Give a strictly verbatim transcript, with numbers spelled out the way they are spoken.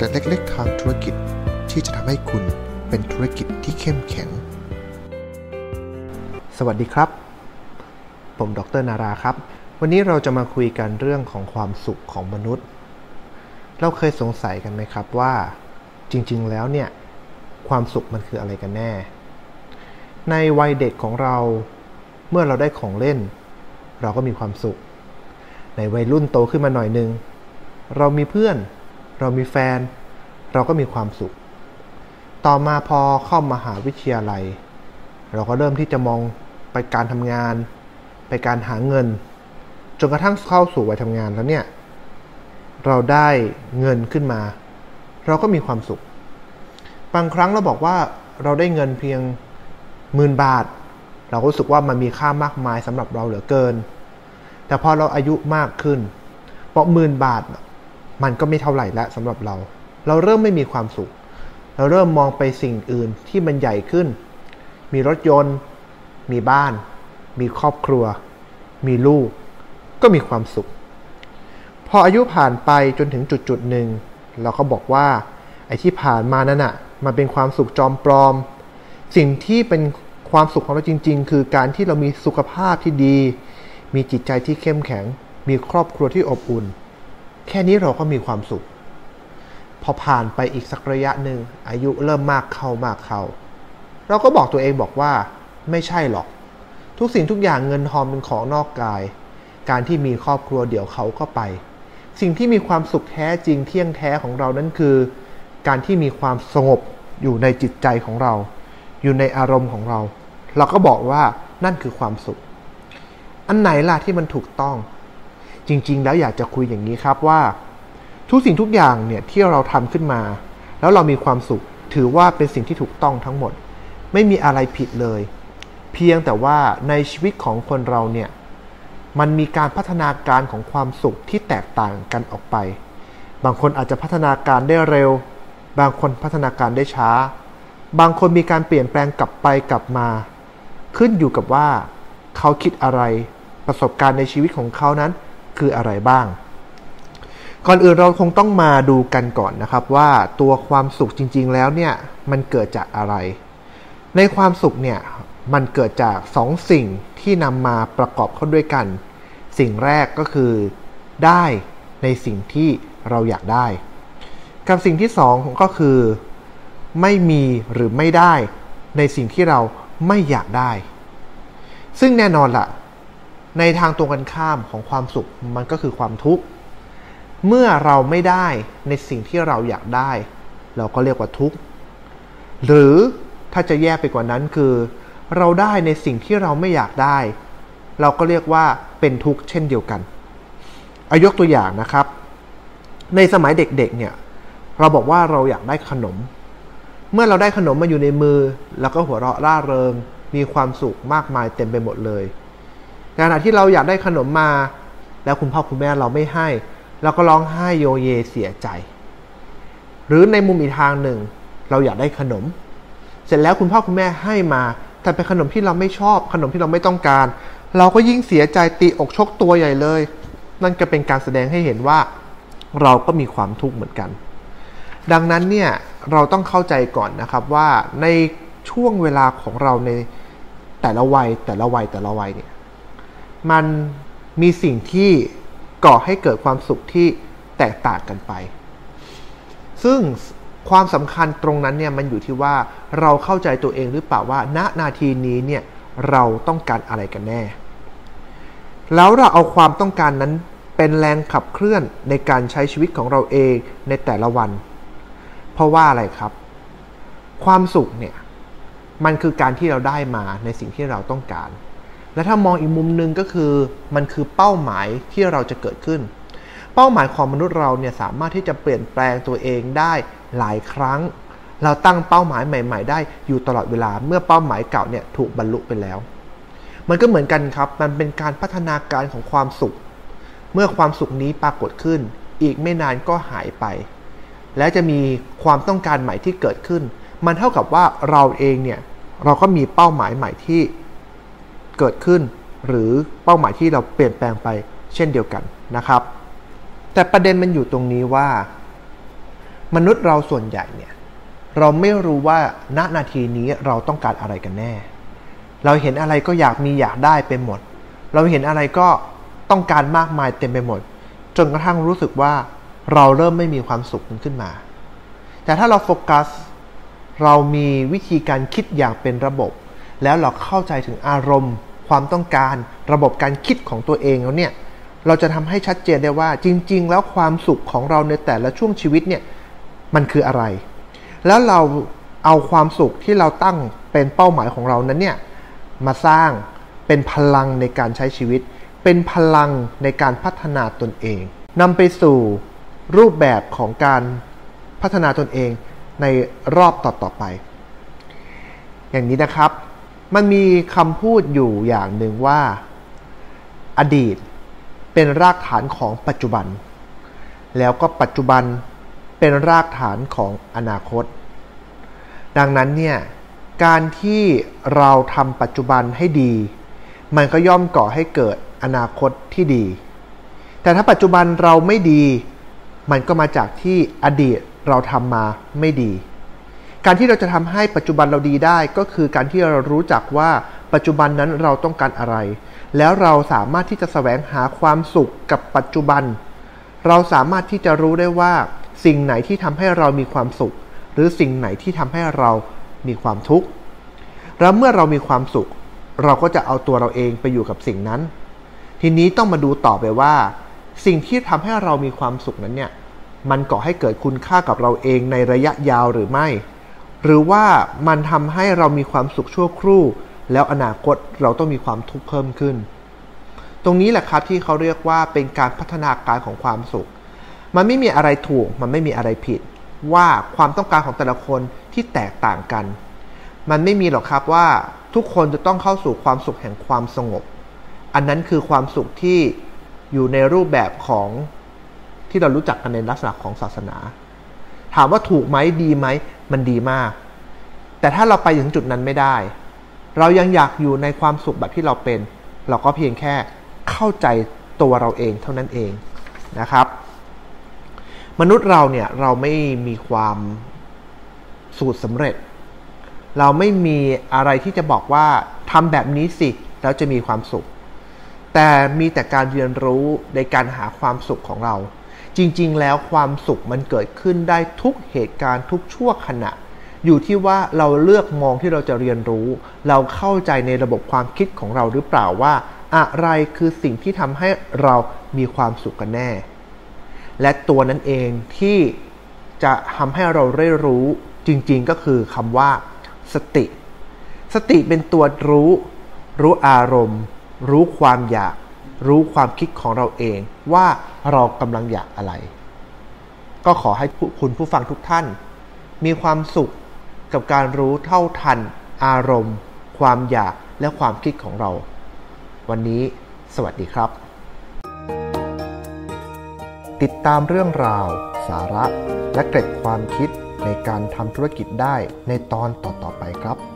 แต่เล็กๆทางธุรกิจที่จะทำให้คุณเป็นธุรกิจที่เข้มแข็งสวัสดีครับผมดร.นาราครับวันนี้เราจะมาคุยกันเรื่องของความสุขของมนุษย์เราเคยสงสัยกันไหมครับว่าจริงๆแล้วเนี่ยความสุขมันคืออะไรกันแน่ในวัยเด็กของเราเมื่อเราได้ของเล่นเราก็มีความสุขในวัยรุ่นโตขึ้นมาหน่อยนึงเรามีเพื่อนเรามีแฟนเราก็มีความสุขต่อมาพอเข้ามหาวิทยาลัยเราก็เริ่มที่จะมองไปการทำงานไปการหาเงินจนกระทั่งเข้าสู่วัยทำงานแล้วเนี่ยเราได้เงินขึ้นมาเราก็มีความสุขบางครั้งเราบอกว่าเราได้เงินเพียงหมื่นบาทเราก็รู้สึกว่ามันมีค่ามากมายสำหรับเราเหลือเกินแต่พอเราอายุมากขึ้นเพราะหมื่นบาทมันก็ไม่เท่าไหร่แล้วสำหรับเราเราเริ่มไม่มีความสุขเราเริ่มมองไปสิ่งอื่นที่มันใหญ่ขึ้นมีรถยนต์มีบ้านมีครอบครัวมีลูกก็มีความสุขพออายุผ่านไปจนถึงจุดจุดหนึ่งเราก็บอกว่าไอ้ที่ผ่านมานั้นน่ะมันเป็นความสุขจอมปลอมสิ่งที่เป็นความสุขของเราจริงๆคือการที่เรามีสุขภาพที่ดีมีจิตใจที่เข้มแข็งมีครอบครัวที่อบอุ่นแค่นี้เราก็มีความสุขพอผ่านไปอีกสักระยะหนึ่งอายุเริ่มมากเข้ามากเข้าเราก็บอกตัวเองบอกว่าไม่ใช่หรอกทุกสิ่งทุกอย่างเงินทองเป็นของนอกกายการที่มีครอบครัวเดี๋ยวเขาก็ไปสิ่งที่มีความสุขแท้จริงเที่ยงแท้ของเรานั้นคือการที่มีความสงบอยู่ในจิตใจของเราอยู่ในอารมณ์ของเราเราก็บอกว่านั่นคือความสุขอันไหนล่ะที่มันถูกต้องจริงๆแล้วอยากจะคุยอย่างนี้ครับว่าทุกสิ่งทุกอย่างเนี่ยที่เราทำขึ้นมาแล้วเรามีความสุขถือว่าเป็นสิ่งที่ถูกต้องทั้งหมดไม่มีอะไรผิดเลยเพียงแต่ว่าในชีวิตของคนเราเนี่ยมันมีการพัฒนาการของความสุขที่แตกต่างกันออกไปบางคนอาจจะพัฒนาการได้เร็วบางคนพัฒนาการได้ช้าบางคนมีการเปลี่ยนแปลงกลับไปกลับมาขึ้นอยู่กับว่าเขาคิดอะไรประสบการณ์ในชีวิตของเขานั้นคืออะไรบ้างก่อนอื่นเราคงต้องมาดูกันก่อนนะครับว่าตัวความสุขจริงๆแล้วเนี่ยมันเกิดจากอะไรในความสุขเนี่ยมันเกิดจากสองสิ่งที่นำมาประกอบเข้าด้วยกันสิ่งแรกก็คือได้ในสิ่งที่เราอยากได้กับสิ่งที่สองก็คือไม่มีหรือไม่ได้ในสิ่งที่เราไม่อยากได้ซึ่งแน่นอนล่ะในทางตรงกันข้ามของความสุขมันก็คือความทุกข์เมื่อเราไม่ได้ในสิ่งที่เราอยากได้เราก็เรียกว่าทุกข์หรือถ้าจะแยกไปกว่านั้นคือเราได้ในสิ่งที่เราไม่อยากได้เราก็เรียกว่าเป็นทุกข์เช่นเดียวกันเอายกตัวอย่างนะครับในสมัยเด็กๆเนี่ยเราบอกว่าเราอยากได้ขนมเมื่อเราได้ขนมมาอยู่ในมือเราก็หัวเราะร่าเริงมีความสุขมากมายเต็มไปหมดเลยในขณะที่เราอยากได้ขนมมาแล้วคุณพ่อคุณแม่เราไม่ให้เราก็ร้องไห้โยเยเสียใจหรือในมุมอีกทางหนึ่งเราอยากได้ขนมเสร็จแล้วคุณพ่อคุณแม่ให้มาแต่เป็นขนมที่เราไม่ชอบขนมที่เราไม่ต้องการเราก็ยิ่งเสียใจตีอกชกตัวใหญ่เลยนั่นก็เป็นการแสดงให้เห็นว่าเราก็มีความทุกข์เหมือนกันดังนั้นเนี่ยเราต้องเข้าใจก่อนนะครับว่าในช่วงเวลาของเราในแต่ละวัยแต่ละวัยแต่ละวัยเนี่ยมันมีสิ่งที่ก่อให้เกิดความสุขที่แตกต่างกันไปซึ่งความสำคัญตรงนั้นเนี่ยมันอยู่ที่ว่าเราเข้าใจตัวเองหรือเปล่าว่าณนาทีนี้เนี่ยเราต้องการอะไรกันแน่แล้วเราเอาความต้องการนั้นเป็นแรงขับเคลื่อนในการใช้ชีวิตของเราเองในแต่ละวันเพราะว่าอะไรครับความสุขเนี่ยมันคือการที่เราได้มาในสิ่งที่เราต้องการและถ้ามองอีกมุมนึงก็คือมันคือเป้าหมายที่เราจะเกิดขึ้นเป้าหมายของมนุษย์เราเนี่ยสามารถที่จะเปลี่ยนแปลงตัวเองได้หลายครั้งเราตั้งเป้าหมายใหม่ๆได้อยู่ตลอดเวลาเมื่อเป้าหมายเก่าเนี่ยถูกบรรลุไปแล้วมันก็เหมือนกันครับมันเป็นการพัฒนาการของความสุขเมื่อความสุขนี้ปรากฏขึ้นอีกไม่นานก็หายไปและจะมีความต้องการใหม่ที่เกิดขึ้นมันเท่ากับว่าเราเองเนี่ยเราก็มีเป้าหมายใหม่ที่เกิดขึ้นหรือเป้าหมายที่เราเปลี่ยนแปลงไปเช่นเดียวกันนะครับแต่ประเด็นมันอยู่ตรงนี้ว่ามนุษย์เราส่วนใหญ่เนี่ยเราไม่รู้ว่าณนาทีนี้เราต้องการอะไรกันแน่เราเห็นอะไรก็อยากมีอยากได้ไปหมดเราเห็นอะไรก็ต้องการมากมายเต็มไปหมดจนกระทั่งรู้สึกว่าเราเริ่มไม่มีความสุขขึ้นมาแต่ถ้าเราโฟกัสเรามีวิธีการคิดอย่างเป็นระบบแล้วเราเข้าใจถึงอารมณ์ความต้องการระบบการคิดของตัวเองแล้วเนี่ยเราจะทำให้ชัดเจนได้ว่าจริงๆแล้วความสุขของเราในแต่ละช่วงชีวิตเนี่ยมันคืออะไรแล้วเราเอาความสุขที่เราตั้งเป็นเป้าหมายของเรานั้นเนี่ยมาสร้างเป็นพลังในการใช้ชีวิตเป็นพลังในการพัฒนาตนเองนำไปสู่รูปแบบของการพัฒนาตนเองในรอบต่อๆไปอย่างนี้นะครับมันมีคำพูดอยู่อย่างหนึ่งว่าอดีตเป็นรากฐานของปัจจุบันแล้วก็ปัจจุบันเป็นรากฐานของอนาคตดังนั้นเนี่ยการที่เราทำปัจจุบันให้ดีมันก็ย่อมก่อให้เกิดอนาคตที่ดีแต่ถ้าปัจจุบันเราไม่ดีมันก็มาจากที่อดีตเราทำมาไม่ดีการที่เราจะทำให้ปัจจุบันเราดีได้ก็คือการที่เรารู้จักว่าปัจจุบันนั้นเราต้องการอะไรแล้วเราสามารถที่จะแสวงหาความสุขกับปัจจุบันเราสามารถที่จะรู้ได้ว่าสิ่งไหนที่ทำให้เรามีความสุขหรือสิ่งไหนที่ทำให้เรามีความทุกข์แล้วเมื่อเรามีความสุขเราก็จะเอาตัวเราเองไปอยู่กับสิ่งนั้นทีนี้ต้องมาดูต่อไปว่าสิ่งที่ทำให้เรามีความสุขนั้นเนี่ยมันก่อให้เกิดคุณค่ากับเราเองในระยะยาวหรือไม่หรือว่ามันทำให้เรามีความสุขชั่วครู่แล้วอนาคตเราต้องมีความทุกข์เพิ่มขึ้นตรงนี้แหละครับที่เขาเรียกว่าเป็นการพัฒนาการของความสุขมันไม่มีอะไรถูกมันไม่มีอะไรผิดว่าความต้องการของแต่ละคนที่แตกต่างกันมันไม่มีหรอกครับว่าทุกคนจะต้องเข้าสู่ความสุขแห่งความสงบอันนั้นคือความสุขที่อยู่ในรูปแบบของที่เรารู้จักกันในลักษณะของศาสนาถามว่าถูกไหมดีไหมมันดีมากแต่ถ้าเราไปถึงจุดนั้นไม่ได้เรายังอยากอยู่ในความสุขแบบที่เราเป็นเราก็เพียงแค่เข้าใจตัวเราเองเท่านั้นเองนะครับมนุษย์เราเนี่ยเราไม่มีความสูตรสำเร็จเราไม่มีอะไรที่จะบอกว่าทำแบบนี้สิแล้วจะมีความสุขแต่มีแต่การเรียนรู้ในการหาความสุขของเราจริงๆแล้วความสุขมันเกิดขึ้นได้ทุกเหตุการณ์ทุกชั่วขณะอยู่ที่ว่าเราเลือกมองที่เราจะเรียนรู้เราเข้าใจในระบบความคิดของเราหรือเปล่าว่าอะไรคือสิ่งที่ทำให้เรามีความสุขกันแน่และตัวนั้นเองที่จะทำให้เราได้รู้จริงๆก็คือคำว่าสติสติเป็นตัวรู้รู้อารมณ์รู้ความอยากรู้ความคิดของเราเองว่าเรากำลังอยากอะไรก็ขอให้คุณผู้ฟังทุกท่านมีความสุขกับการรู้เท่าทันอารมณ์ความอยากและความคิดของเราวันนี้สวัสดีครับติดตามเรื่องราวสาระและเกร็ดความคิดในการทำธุรกิจได้ในตอนต่อๆไปครับ